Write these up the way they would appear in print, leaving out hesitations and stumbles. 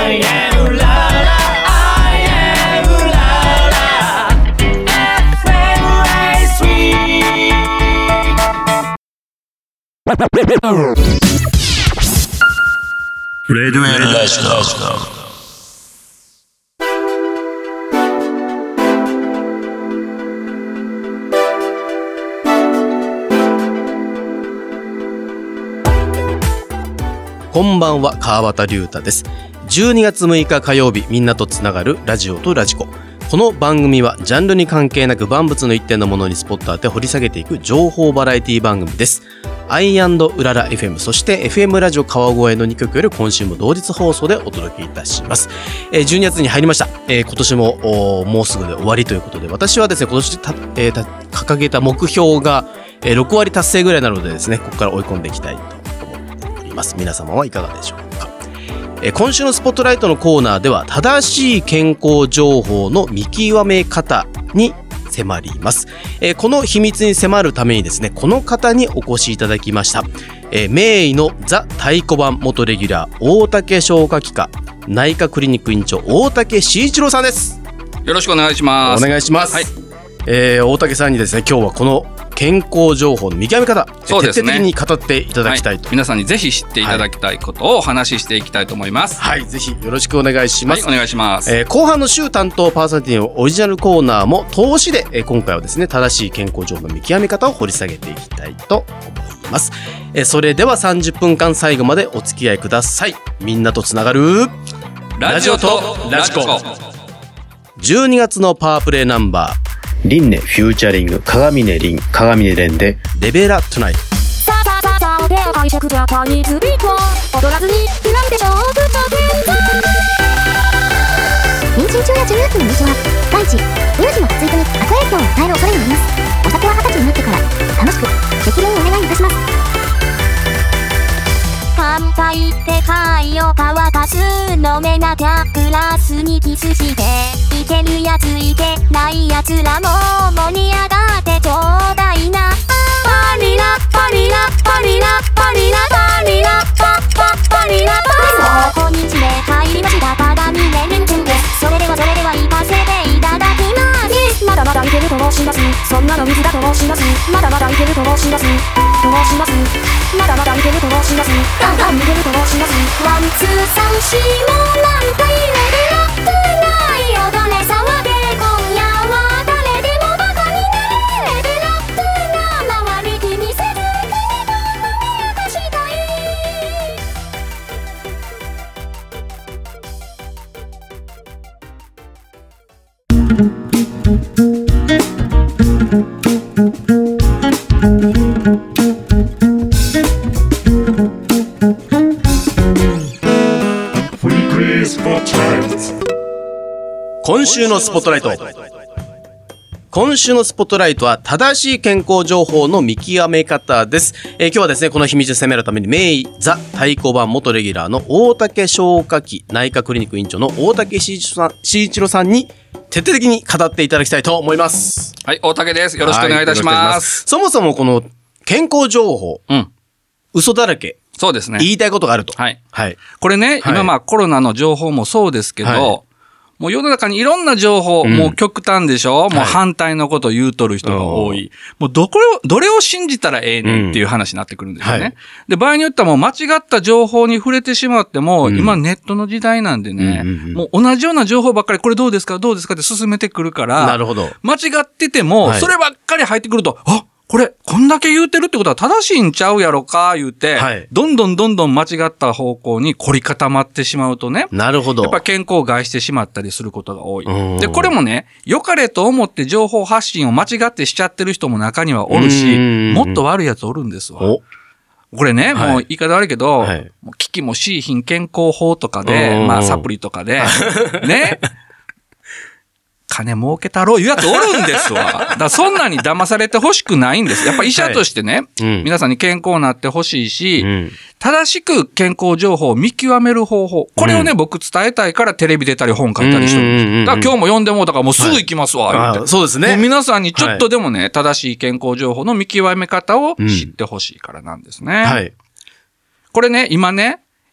I am la la I am la la FM3 レディオエルラジオ。 こんばんは、川端龍太です。12月6日火曜日、みんなとつながるラジオとラジコ。この番組はジャンルに関係なく万物の一点のものにスポット当て掘り下げていく情報バラエティ番組です。アイ&うらら FM、 そして FM ラジオ川越の2曲より今週も同日放送でお届けいたします。12月に入りました。今年ももうすぐで終わりということで、私はですね、今年掲げた目標が6割達成ぐらいなのでですね、ここから追い込んでいきたいと思っております。皆様はいかがでしょうか。今週のスポットライトのコーナーでは、正しい健康情報の見極め方に迫ります。この秘密に迫るためにですね、この方にお越しいただきました。名医のザ・太鼓判元レギュラー、大竹消化器科内科クリニック院長、大竹慎一郎さんです。 よろしくお願いします。 お願いします。はい。大竹さんにですね、今日はこの健康情報の見極め方、徹底的に語っていただきたいと、 皆さんにぜひ知っていただきたいことをお話ししていきたいと思います。 はい、ぜひよろしくお願いします。 はい、お願いします。 後半の週担当パーソナリティのオリジナルコーナーも通しで、今回はですね、正しい健康情報の見極め方を掘り下げていきたいと思います。それでは30分間最後までお付き合いください。みんなとつながるラジオとラジコ。 12月のパワープレイナンバー、 リンネフューチャリング鏡音凛鏡音蓮でレベラトゥナイト。 さあさあさあさあ、お手を拝借ジャパニーズビートを踊らずになんでしょうぶと妊娠中や授乳期の妊娠は第一、乳児の発育に悪影響を与える恐れがあります。お酒は20歳になってから楽しく適量をお願いいたします。 乾杯って会を乾かす飲めなきゃグラスにキスして、いけるやついけないやつらも盛り上がってちょうだいな。パリラパリラパリラパリラパリラパパパリラパ。こんにちは、入りました鏡音蓮です。それでは行かせていただきます。まだまだいけると申します。そんなの水だと申します。まだまだいけると申します。まだまだいけると申します。ガンガンいけると申します。ワンツー三四も何回レベルアップない踊れ騒げ今夜は誰でもバカになれレベルアップな周り気にせず君も輝かしたい。 今週のスポットライト。今週のスポットライトは正しい健康情報の見極め方です。今日はですね、この秘密に迫るために名医ザ太鼓判元レギュラーの大竹消化器内科クリニック院長の大竹慎一郎さんに徹底的に語っていただきたいと思います。 はい、大竹です。よろしくお願いいたします。 そもそもこの健康情報、嘘だらけ。 そうですね。 言いたいことがあると。 はい。 はい。 これね、今コロナの情報もそうですけど、もう世の中にいろんな情報、もう極端でしょ、もう反対のことを言うとる人が多い。もうどれを信じたらええねんっていう話になってくるんですよね。で、場合によってはもう間違った情報に触れてしまっても、今ネットの時代なんでね、もう同じような情報ばっかり、これどうですかって進めてくるから、 なるほど。 間違ってても、そればっかり入ってくると、これ、こんだけ言うてるってことは正しいんちゃうやろか、言うて、どんどん間違った方向に凝り固まってしまうとね。なるほど。やっぱ健康を害してしまったりすることが多い。で、これもね、良かれと思って情報発信を間違ってしちゃってる人も中にはおるし、もっと悪いやつおるんですわ。これね、もう言い方悪いけど、もう機器もしいひん健康法とかで、まあサプリとかで、ね。金儲けたろういうやつおるんですわ。だからそんなに騙されてほしくないんです。やっぱ医者としてね、皆さんに健康になってほしいし、正しく健康情報を見極める方法。これをね、僕伝えたいからテレビ出たり本書いたりしてるんです。だから今日も読んでもうたからもうすぐ行きますわ、言うて。 そうですね。 もう皆さんにちょっとでもね、正しい健康情報の見極め方を知ってほしいからなんですね。はい。これね、今ね、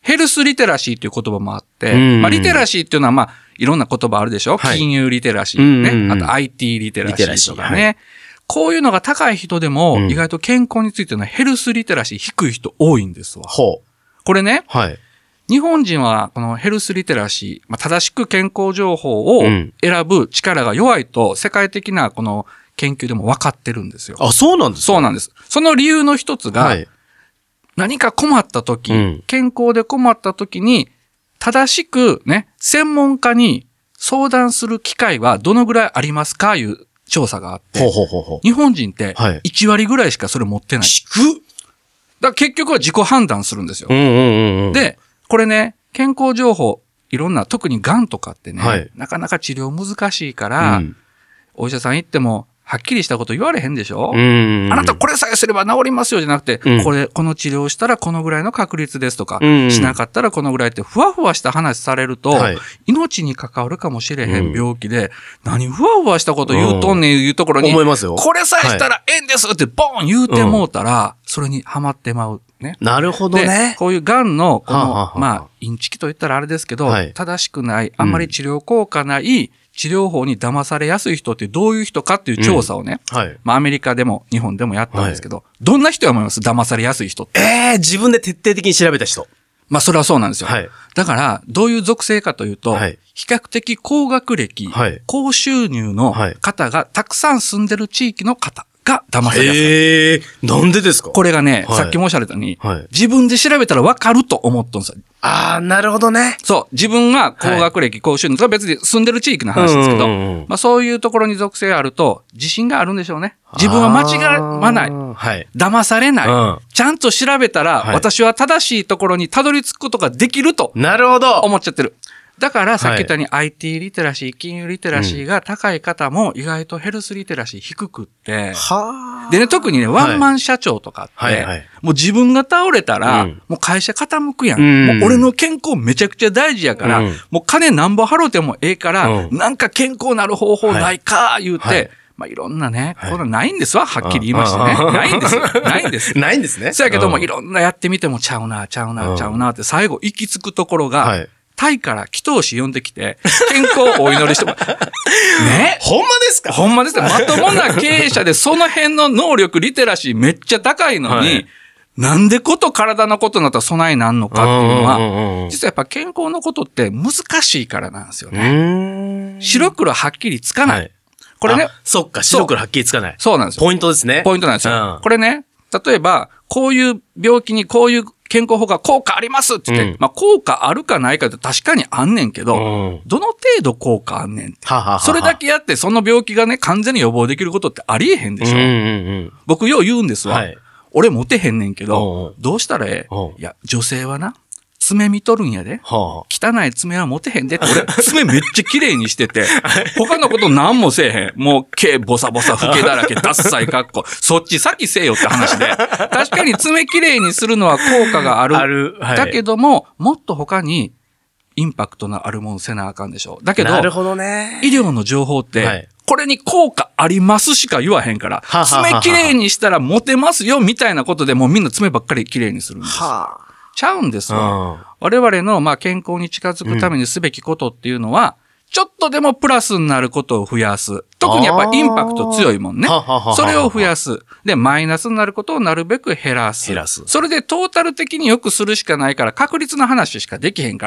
ヘルスリテラシーっていう言葉もあって、まあ、リテラシーっていうのはまあ、いろんな言葉あるでしょ、はい、金融リテラシーね。あと IT リテラシーとかね。はい、こういうのが高い人でも、意外と健康についてのヘルスリテラシー低い人多いんですわ。これね、はい、日本人はこのヘルスリテラシー、まあ、正しく健康情報を選ぶ力が弱いと、世界的なこの研究でも分かってるんですよ。 あ、そうなんですか？ そうなんです。その理由の一つが、はい、何か困った時、健康で困った時に、正しくね、専門家に相談する機会はどのぐらいありますかいう調査があって、日本人って1割ぐらいしかそれ持ってない。だから結局は自己判断するんですよ。で、これね、健康情報、いろんな、特に癌とかってね、はい、なかなか治療難しいから、お医者さん行っても、はっきりしたこと言われへんでしょ？あなたこれさえすれば治りますよじゃなくて、この治療したらこのぐらいの確率ですとか、しなかったらこのぐらいってふわふわした話されると、命に関わるかもしれへん病気で、何ふわふわしたこと言うとんねんいうところに、これさえしたらええんですってボーン言うてもうたら、それにはまってまう。ね。 なるほどね。 こういう癌の、まあ、インチキと言ったらあれですけど、正しくない、あんまり治療効果ない治療法に騙されやすい人ってどういう人かっていう調査をね、まあアメリカでも日本でもやったんですけど、どんな人や思います？騙されやすい人って。 自分で徹底的に調べた人。 まあそれはそうなんですよ。だから、どういう属性かというと、比較的高学歴、高収入の方がたくさん住んでる地域の方。が騙されやすい。 なんでですか？ これがね、さっき申し上げたように、自分で調べたら分かると思っとんですよ。 ああ、なるほどね。 そう。自分が高学歴、高収入、それは別に住んでる地域の話ですけど、まあそういうところに属性があると、自信があるんでしょうね。自分は間違わない。騙されない。ちゃんと調べたら、私は正しいところにたどり着くことができると。 なるほど。 思っちゃってる。だからさっき言ったように IT リテラシー、金融リテラシーが高い方も意外とヘルスリテラシー低くって、でね、特にね、ワンマン社長とかって、もう自分が倒れたら、もう会社傾くやん。もう俺の健康めちゃくちゃ大事やから、もう金なんぼ払うてもええから、なんか健康なる方法ないか、言うて、まあ、いろんなね、こんなないんですわ、はっきり言いましてね。ないんですよ。ないんです。 ないんですね。 そうやけども、いろんなやってみてもちゃうなって最後行き着くところが、タイから祈祷師呼んできて、健康をお祈りしても、ね。 ほんまですか？ ほんまですよ。まともな経営者でその辺の能力、リテラシーめっちゃ高いのに、なんで体のことになったら備えなんのかっていうのは、実はやっぱ健康のことって難しいからなんですよね。白黒はっきりつかない。これね。 そっか、白黒はっきりつかない。 そうなんですよ。 ポイントですね。 ポイントなんですよ。これね、例えば、こういう病気にこういう健康法が効果ありますって言って、まあ効果あるかないかって確かにあんねんけど、どの程度効果あんねんって。それだけやってその病気がね、完全に予防できることってありえへんでしょ。僕よう言うんですわ。俺モテへんねんけど、どうしたらええ？いや、女性はな、爪見とるんやで。汚い爪は持てへんでって。俺、爪めっちゃ綺麗にしてて、他のこと何もせえへん。もう、毛ボサボサ、フケだらけ、ダッサい格好。そっち先せえよって話で。確かに爪綺麗にするのは効果がある。だけども、もっと他に、インパクトのあるもんせなあかんでしょ。だけど、 なるほどね。 医療の情報って、これに効果ありますしか言わへんから、爪綺麗にしたらモテますよ、みたいなことでもうみんな爪ばっかり綺麗にするんです。ちゃうんですわ。我々のまあ健康に近づくためにすべきことっていうのは、ちょっとでもプラスになることを増やす。特にやっぱインパクト強いもんね。それを増やす。で、マイナスになることをなるべく減らす。それでトータル的に良くするしかないから、確率の話しかできへんから、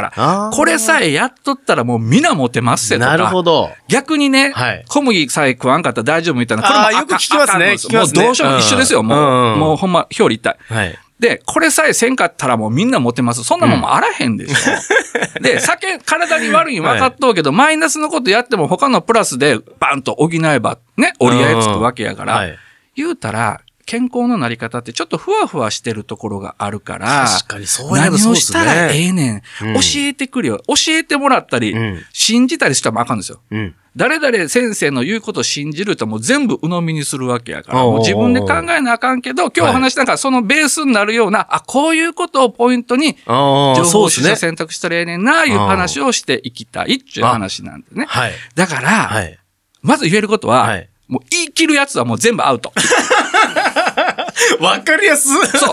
これさえやっとったらもう皆モテますせとか。 なるほど。 逆にね、小麦さえ食わんかったら大丈夫みたいな。これもよく聞きますね。聞きますね。 もうどうしようも一緒ですよ。もうほんま、表裏一体。で、これさえせんかったらもうみんなモテます。そんなもんもあらへんでしょ。で、体に悪いに分かっとうけど、マイナスのことやっても他のプラスでバンと補えば、ね、折り合いつくわけやから、言うたら、健康のなり方ってちょっとふわふわしてるところがあるから、 確かにそうやね。 何をしたらええねん。教えてくれよ。教えてもらったり、信じたりしたらもあかんですよ。誰々先生の言うことを信じるともう全部鵜呑みにするわけやから、もう自分で考えなあかんけど、今日話したからそのベースになるような、こういうことをポイントに、情報取捨選択したらええねんな、いう話をしていきたいっていう話なんでね。だから、まず言えることは、もう言い切るやつはもう全部アウト。 わかりやすそう。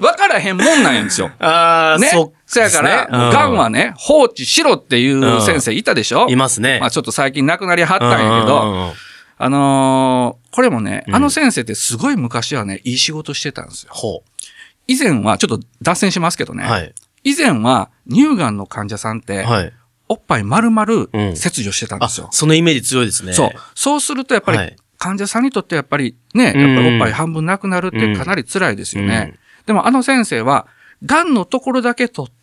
わからへんもんなんですよ。ね。そやから、がんはね、放置しろっていう先生いたでしょ？ いますね。 まあちょっと最近亡くなりはったんやけど、これもね、先生ってすごい昔はね、いい仕事してたんですよ。以前は、ちょっと脱線しますけどね。はい、以前は、乳がんの患者さんって、はい、おっぱい丸々切除してたんですよ。 そのイメージ強いですね。 そう。そうするとやっぱり、患者さんにとってやっぱりね、やっぱりおっぱい半分なくなるってかなり辛いですよね。でも先生は、がんのところだけ取って、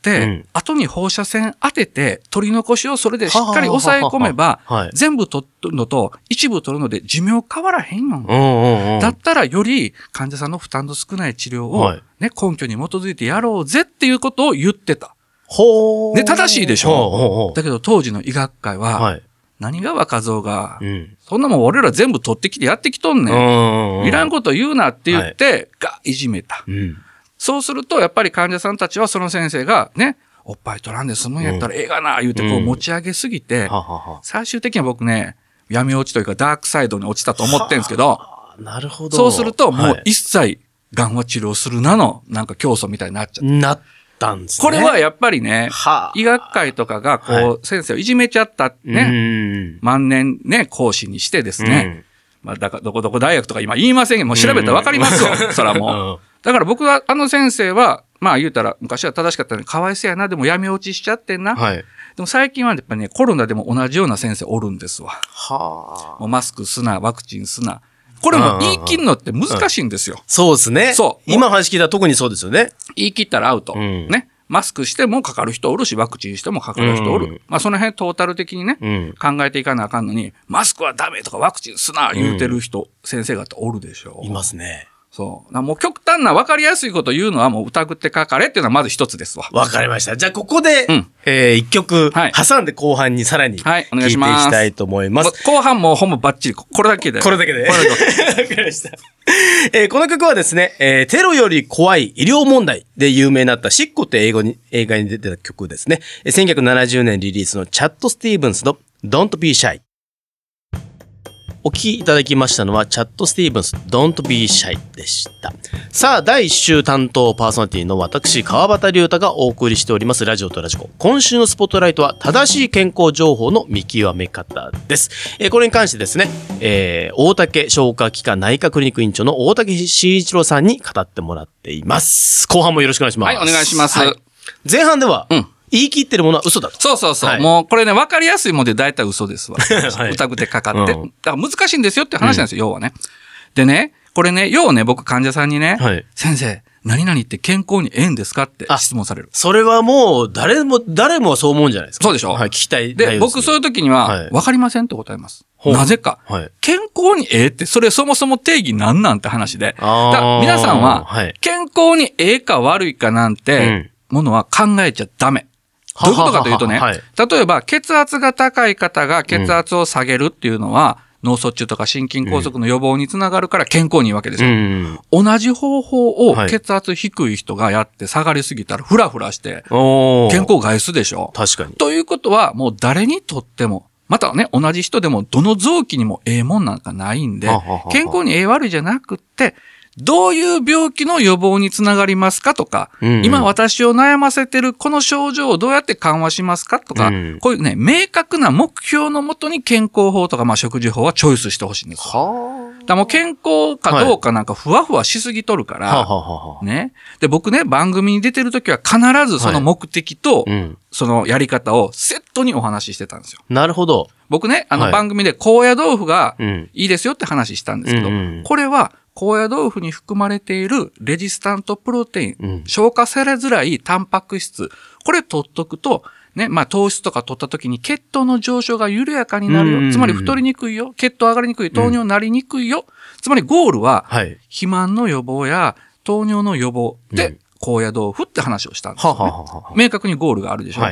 後に放射線当てて、取り残しをそれでしっかり抑え込めば、全部取るのと一部取るので寿命変わらへんよ。だったらより患者さんの負担の少ない治療を、ね、根拠に基づいてやろうぜっていうことを言ってた。ね、正しいでしょ。だけど当時の医学界は、何が若造が、そんなもん俺ら全部取ってきてやってきとんねん。いらんこと言うなって言って、がいじめた。そうすると、やっぱり患者さんたちはその先生がね、おっぱい取らんで済むんやったらええがな、言うてこう持ち上げすぎて、最終的には僕ね、闇落ちというかダークサイドに落ちたと思ってんですけど、 なるほど。 そうするともう一切、がんは治療するなの、なんか教祖みたいになっちゃった。 なったんですね。 これはやっぱりね、医学界とかがこう、先生をいじめちゃったね、万年ね、講師にしてですね、まあ、だから、どこどこ大学とか今言いませんけど、もう調べたらわかりますよ。そらもう。だから僕は、先生は、まあ言うたら、昔は正しかったのに、かわいそうやな、でも闇落ちしちゃってんな。でも最近はやっぱね、コロナでも同じような先生おるんですわ。もうマスクすな、ワクチンすな。これも言い切るのって難しいんですよ。 そうですね。そう。今話聞いたら特にそうですよね。 言い切ったらアウト。ね。マスクしてもかかる人おるし、ワクチンしてもかかる人おる。まあその辺トータル的にね、考えていかなあかんのに、マスクはダメとかワクチンすな言うてる人、先生方おるでしょ。 いますね。 そう。もう極端な分かりやすいこと言うのはもう疑ってかかれっていうのはまず一つですわ。 わかりました。じゃあここで、一曲挟んで後半にさらに聞いていきたいと思います。 後半もほぼバッチリ、これだけで。 これだけで。わかりました。この曲はですね、テロより怖い医療問題で有名になったシッコって映画に出てた曲ですね。1970年リリースのチャット・スティーブンスの Don't Be Shy。お聞きいただきましたのはチャット・スティーブンス Don't Be Shy でした。さあ、第1週担当パーソナリティの私、川端龍太がお送りしておりますラジオとラジコ。今週のスポットライトは正しい健康情報の見極め方です。これに関してですね、大竹消化器科内科クリニック院長の大竹慎一郎さんに語ってもらっています。後半もよろしくお願いします。 はい、お願いします。 前半では、言い切ってるものは嘘だと。 そうそうそう。もうこれね、分かりやすいもので大体嘘ですわ。疑ってかかって。だから難しいんですよって話なんですよ、要はね。でね、これね、要はね、僕患者さんにね、先生、何々って健康にええんですかって質問される。 それはもう、誰もそう思うんじゃないですか。 そうでしょ？ はい、聞きたい。 で、僕そういう時には、分かりませんって答えます。なぜか。健康にええって、それそもそも定義なんなんて話で。皆さんは、健康にええか悪いかなんて、ものは考えちゃダメ。どういうことかというとね、例えば血圧が高い方が血圧を下げるっていうのは、脳卒中とか心筋梗塞の予防につながるから健康にいいわけですよ。同じ方法を血圧低い人がやって下がりすぎたらフラフラして健康を害すでしょ。 確かに。 ということはもう誰にとっても、またね、同じ人でもどの臓器にもええもんなんかないんで、健康にええ悪いじゃなくって、どういう病気の予防につながりますかとか、今私を悩ませてるこの症状をどうやって緩和しますかとか、こういうね、明確な目標のもとに健康法とか、まあ食事法はチョイスしてほしいんですよ。だからもう健康かどうかなんかふわふわしすぎとるから、ね。で、僕ね、番組に出てるときは必ずその目的と、そのやり方をセットにお話ししてたんですよ。 なるほど。 僕ね、番組で高野豆腐がいいですよって話したんですけど、これは、高野豆腐に含まれているレジスタントプロテイン、消化されづらいタンパク質、これ取っとくと、ね、まあ糖質とか取った時に血糖の上昇が緩やかになるよ。つまり太りにくいよ。血糖上がりにくい。糖尿になりにくいよ。つまりゴールは、肥満の予防や糖尿の予防で、高野豆腐って話をしたんですよね。明確にゴールがあるでしょ。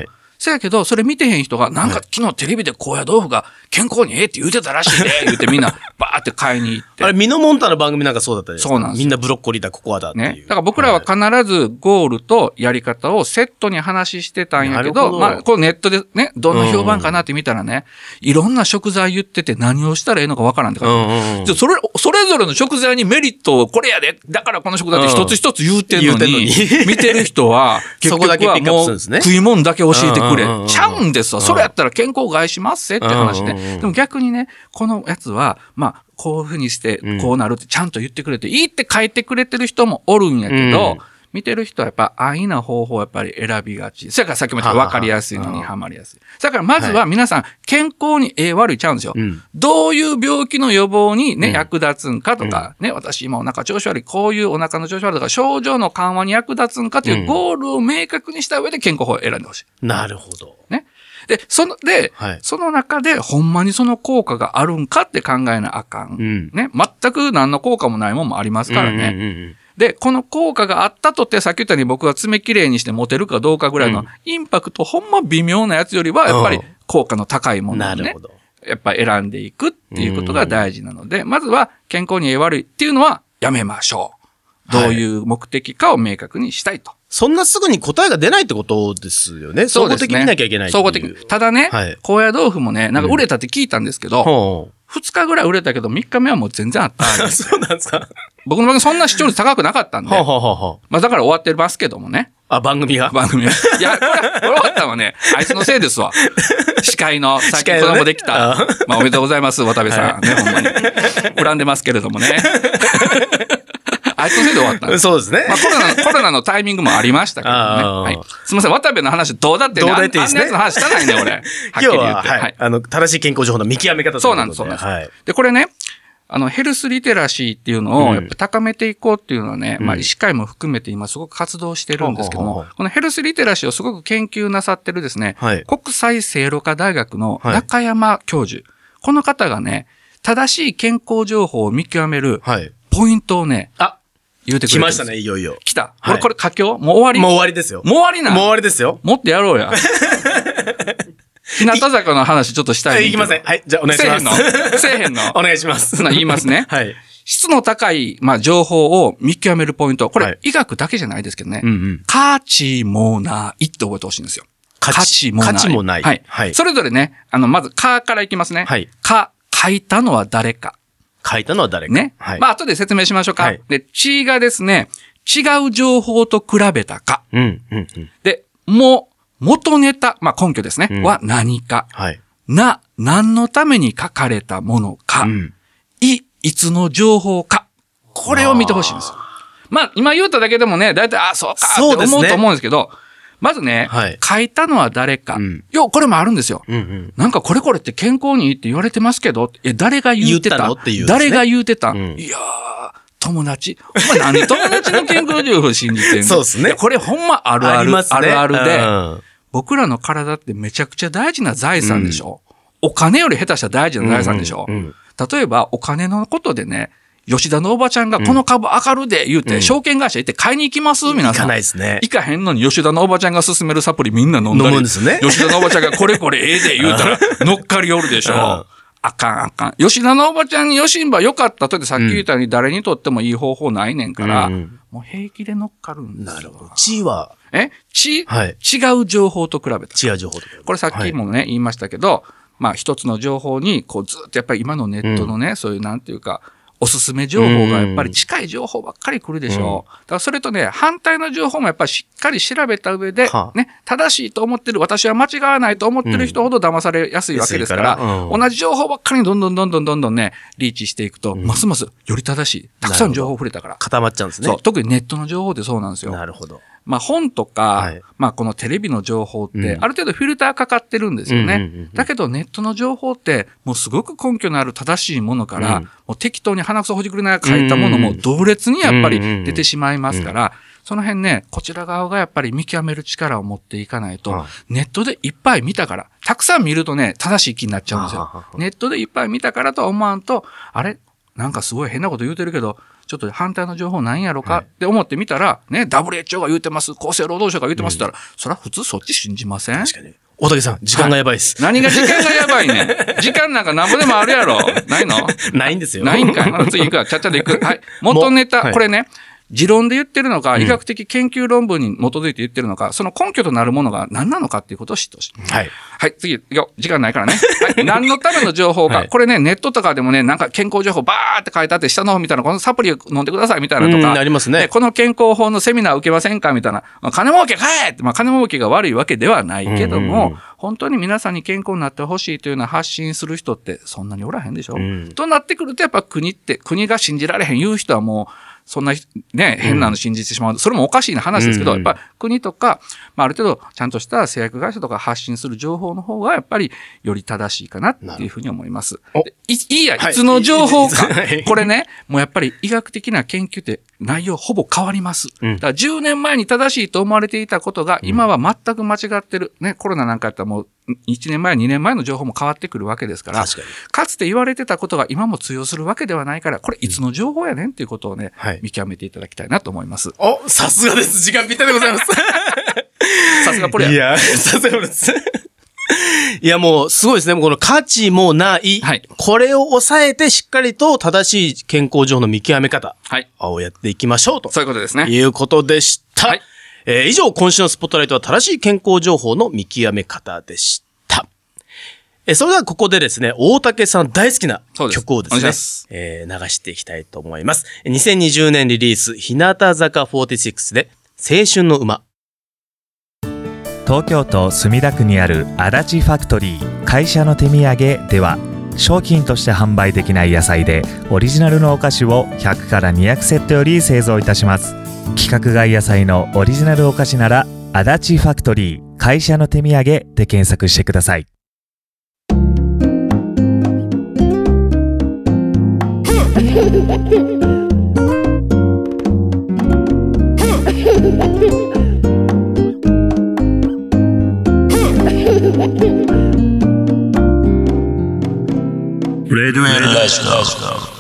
そやけど、それ見てへん人が、なんか昨日テレビで高野豆腐が健康にええって言うてたらしいで、言うてみんなバーって買いに行って。 あれ、ミノモンタの番組なんかそうだったですか？ そうなんです。 みんなブロッコリーだ、ココアだっていう。 ね。だから僕らは必ずゴールとやり方をセットに話してたんやけど、まあ、こうネットでね、どんな評判かなって見たらね、いろんな食材言ってて何をしたらええのかわからんって感じ。それぞれの食材にメリットをこれやで、だからこの食材って一つ一つ言うてんのに、見てる人は、結局はもう食い物だけ教えてくれ。ちゃうんですわ。それやったら健康害しますせって話で。でも逆にね、このやつは、まあ、こういうふうにして、こうなるってちゃんと言ってくれて、いいって書いてくれてる人もおるんやけど、見てる人はやっぱ安易な方法をやっぱり選びがち。それからさっきも言った分かりやすいのにはまりやすい。だからまずは皆さん健康に悪いちゃうんですよ。どういう病気の予防にね、役立つんかとか、ね、私今お腹調子悪い、こういうお腹の調子悪いとか、症状の緩和に役立つんかというゴールを明確にした上で健康法を選んでほしい。 なるほど。 ね。で、その中で、ほんまにその効果があるんかって考えなあかん。ね。全く何の効果もないもんもありますからね。で、この効果があったとって、さっき言ったように僕が爪きれいにして持てるかどうかぐらいのインパクト、ほんま微妙なやつよりは、やっぱり効果の高いものをね、やっぱり選んでいくっていうことが大事なので、まずは健康に悪いっていうのはやめましょう。どういう目的かを明確にしたいと。 そんなすぐに答えが出ないってことですよね。総合的に見なきゃいけないっていう。 総合的に。ただね、高野豆腐もね、なんか売れたって聞いたんですけど、2日ぐらい売れたけど、3日目はもう全然あった。 そうなんですか？ 僕の番組そんな視聴率高くなかったんで。まあだから終わってますけどもね。 あ、番組が。 いや、これ終わったのはね、あいつのせいですわ。司会の、さっき子供できた。まあおめでとうございます、渡部さん。ね、ほんまに。恨んでますけれどもね。あいつのせいで終わった。 そうですね。 まあコロナのタイミングもありましたけどね。はい。すみません、渡部の話どうだってね。 どうだっていいですね。 あんなやつの話したないね、俺。はっきり言って。 はい。正しい健康情報の見極め方そうなんです、そうなんです。はい。で、これね、ヘルスリテラシーっていうのをやっぱ高めていこうっていうのはね、まあ医師会も含めて今すごく活動してるんですけども、このヘルスリテラシーをすごく研究なさってるですね、国際聖路加大学の中山教授。この方がね、正しい健康情報を見極めるポイントをね、言うてくれてる。 来ましたね、いよいよ。 来た。これ佳境？もう終わり？ もう終わりですよ。 もう終わりな。 もう終わりですよ。 もっとやろうや。日向坂の話ちょっとしたい。 いきません。はい。じゃあお願いします。 せえへんのお願いします。 言いますね。はい。質の高い、まあ、情報を見極めるポイント。これ、医学だけじゃないですけどね。価値もないって覚えてほしいんですよ。価値もない。 価値もない。 はい。はい。それぞれね、まず、かからいきますね。はい。書いたのは誰か。 書いたのは誰か。 ね。はい。まあ、後で説明しましょうか。はい。で、地がですね、違う情報と比べたか。で、元ネタ、まあ根拠ですね、は何か。はい。何のために書かれたものか。いつの情報か。これを見てほしいんですよ。まあ、今言うただけでもね、だいたい、あ、そうかって思うと思うんですけど、まずね、書いたのは誰か。これもあるんですよ。なんかこれって健康にいいって言われてますけど、誰が言ってたっていう。誰が言うてた、いやー、友達。お前何友達の健康情報信じてんの？ そうですね。 これほんまあるある、あるあるで、僕らの体ってめちゃくちゃ大事な財産でしょ。お金より下手した大事な財産でしょ。例えばお金のことでね、吉田のおばちゃんがこの株上がるで言うて、証券会社行って買いに行きます皆さん。 行かないですね。 行かへんのに吉田のおばちゃんが勧めるサプリみんな飲んだり。 飲むんですね。 吉田のおばちゃんがこれええで言うたら乗っかりおるでしょ。あかん。吉田のおばちゃんによしんば良かったとってさっき言ったように誰にとってもいい方法ないねんから、もう平気で乗っかるんですよ。 なるほど。地は違う情報と比べた。 違う情報と比べた。 これさっきもね、言いましたけど、まあ一つの情報に、こうずっとやっぱり今のネットのね、そういうなんていうか、おすすめ情報がやっぱり近い情報ばっかり来るでしょ。だからそれとね、反対の情報もやっぱりしっかり調べた上で、ね、正しいと思ってる、私は間違わないと思ってる人ほど騙されやすいわけですから、同じ情報ばっかりどんどんね、リーチしていくと、ますますより正しい。たくさん情報触れたから。 固まっちゃうんですね。 そう。特にネットの情報ってそうなんですよ。 なるほど。 まあ本とか、まあこのテレビの情報って、ある程度フィルターかかってるんですよね。だけどネットの情報って、もうすごく根拠のある正しいものから、もう適当に鼻くそほじくりながら書いたものも同列にやっぱり出てしまいますから、その辺ね、こちら側がやっぱり見極める力を持っていかないと、ネットでいっぱい見たから、たくさん見るとね、正しい気になっちゃうんですよ。ネットでいっぱい見たからとは思わんと、あれなんかすごい変なこと言うてるけど、ちょっと反対の情報なんやろかって思ってみたら、ね、WHO が言うてます、厚生労働省が言うてますって言ったら、それは普通そっち信じません？ 確かに。 大竹さん、時間がやばいです。 何が時間がやばいねん。時間なんかなんぼでもあるやろ。ないの？ ないんですよ。 ないんかい。まだ次行くわ。ちゃっちゃで行く。はい。元ネタ、これね。持論で言ってるのか、医学的研究論文に基づいて言ってるのか、その根拠となるものが何なのかっていうことを知ってほしい。 はい。 はい、次、時間ないからね。はい。何のための情報か。はい、これね、ネットとかでもね、なんか健康情報バーって書いてあって、下の方見たら、このサプリを飲んでくださいみたいなとか。 ありますね。 この健康法のセミナー受けませんかみたいな。金儲けかえって、金儲けが悪いわけではないけども、本当に皆さんに健康になってほしいというのを発信する人ってそんなにおらへんでしょ、となってくると、やっぱ国が信じられへん言う人はもう、そんなね、変なの信じてしまう。それもおかしいな話ですけど、やっぱ国とか、ある程度ちゃんとした製薬会社とか発信する情報の方がやっぱりより正しいかなっていうふうに思います。いつの情報か。これね、もうやっぱり医学的な研究って内容ほぼ変わります。だから10年前に正しいと思われていたことが今は全く間違ってる。ね、コロナなんかやったらもう1年前、2年前の情報も変わってくるわけですから、かつて言われてたことが今も通用するわけではないから、これいつの情報やねんっていうことをね、見極めていただきたいなと思います。 さすがです。時間ぴったりでございます。 さすがポレア。 いや、さすがです。いや、もう、すごいですね。もうこの価値もない。はい。これを抑えて、しっかりと正しい健康情報の見極め方。はい。をやっていきましょうと。 そういうことですね。 いうことでした。はい。以上、今週のスポットライトは正しい健康情報の見極め方でした。それではここでですね、大竹さん大好きな曲をですね、流していきたいと思います。2020年リリース、日向坂46で、青春の馬。 東京都墨田区にある足立ファクトリー会社の手土産では、商品として販売できない野菜でオリジナルのお菓子を100から200セットより製造いたします。規格外野菜のオリジナルお菓子なら足立ファクトリー会社の手土産で検索してください。 レディオラジオ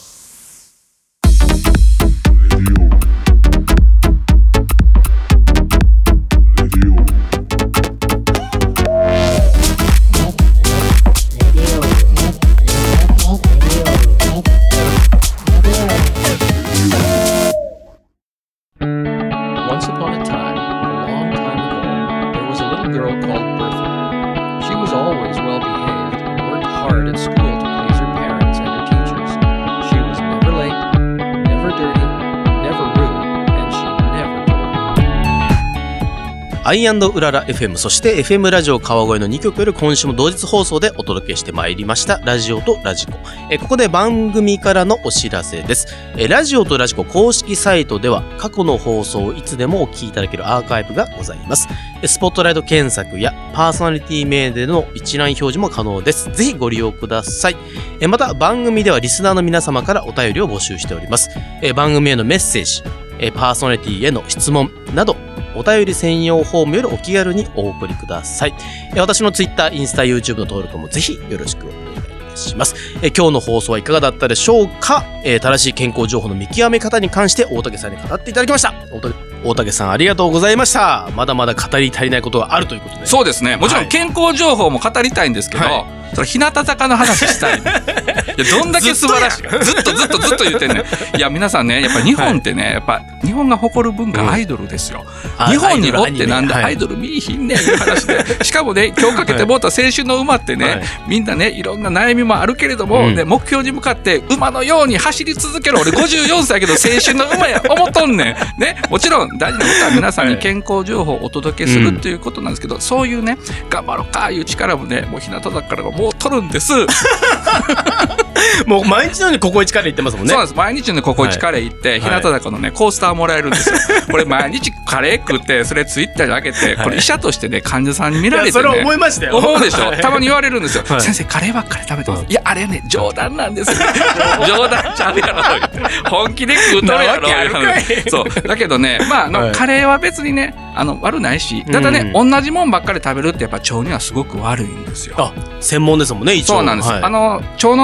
アイ&うらら FM そして FM ラジオ川越の2曲より今週も同日放送でお届けしてまいりましたラジオとラジコ。ここで番組からのお知らせです。ラジオとラジコ公式サイトでは過去の放送をいつでもお聞きいただけるアーカイブがございます。スポットライト検索やパーソナリティ名での一覧表示も可能です。ぜひご利用ください。また番組ではリスナーの皆様からお便りを募集しております。番組へのメッセージ、パーソナリティへの質問などお便り専用フォームよりお気軽にお送りください。私の Twitter、インスタ、YouTube の登録もぜひよろしくお願いいたします。今日の放送はいかがだったでしょうか。正しい健康情報の見極め方に関して大竹さんに語っていただきました。大竹さんありがとうございました。まだまだ語り足りないことがあるということで。 そうですね。もちろん健康情報も語りたいんですけど、それ日向坂の話したい。いやどんだけ素晴らしいかずっと言ってんね。いや皆さんねやっぱ日本ってね、やっぱ日本が誇る文化、アイドルですよ。日本におってなんでアイドル見いひんねんいう話で、しかもね今日かけてもうた青春の馬ってね、みんなねいろんな悩みもあるけれども、ね、目標に向かって馬のように走り続ける。俺54歳やけど青春の馬や思っとんねん。ね、もちろん大事なことは皆さんに健康情報をお届けするっていうことなんですけど、そういうね頑張ろうかいう力もねもう日向坂からもう取るんです。 もう毎日のようにココイチカレー行ってますもんね。 そうなんです。毎日のようにココイチカレー行って、日向坂のねコースターもらえるんですよ。これ毎日カレー食ってそれツイッターに上げて、これ医者としてね患者さんに見られてね、 それ思いましたよ。 思うでしょ。たまに言われるんですよ。先生カレーばっかり食べてます。いやあれね冗談なんですよ。冗談ちゃうやろ言って本気で食うとるやろ。そうだけどね、まあカレーは別にね悪ないし、ただね同じもんばっかり食べるってやっぱ腸にはすごく悪いんですよ。 あ、専門ですもんね。 そうなんです。腸の中のね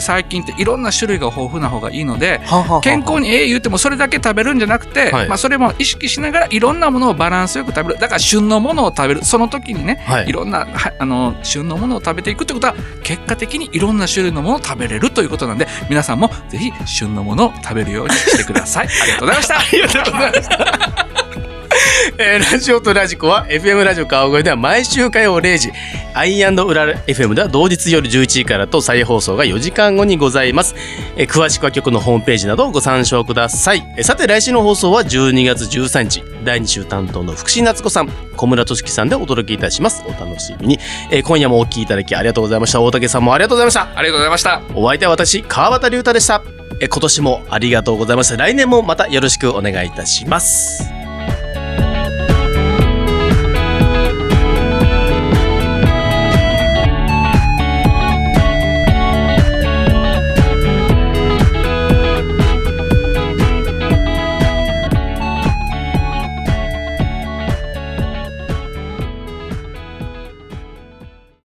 最近っていろんな種類が豊富な方がいいので、健康に言うてもそれだけ食べるんじゃなくて、それも意識しながらいろんなものをバランスよく食べる。だから旬のものを食べる。その時にね、いろんな旬のものを食べていくってことは結果的にいろんな種類のものを食べれるということなんで、皆さんもぜひ旬のものを食べるようにしてください。ありがとうございました。 ありがとうございましたラジオとラジコは FM ラジオ川越では毎週火曜0時、アイ&ウラ FM では同日夜11時からと再放送が4時間後にございます。詳しくは局のホームページなどをご参照ください。さて来週の放送は12月13日、第2週担当の福士夏子さん、小村俊樹さんでお届けいたします。お楽しみに。今夜もお聞きいただきありがとうございました。大竹さんもありがとうございました。 ありがとうございました。 お相手は私、川端龍太でした。今年もありがとうございました。来年もまたよろしくお願いいたします。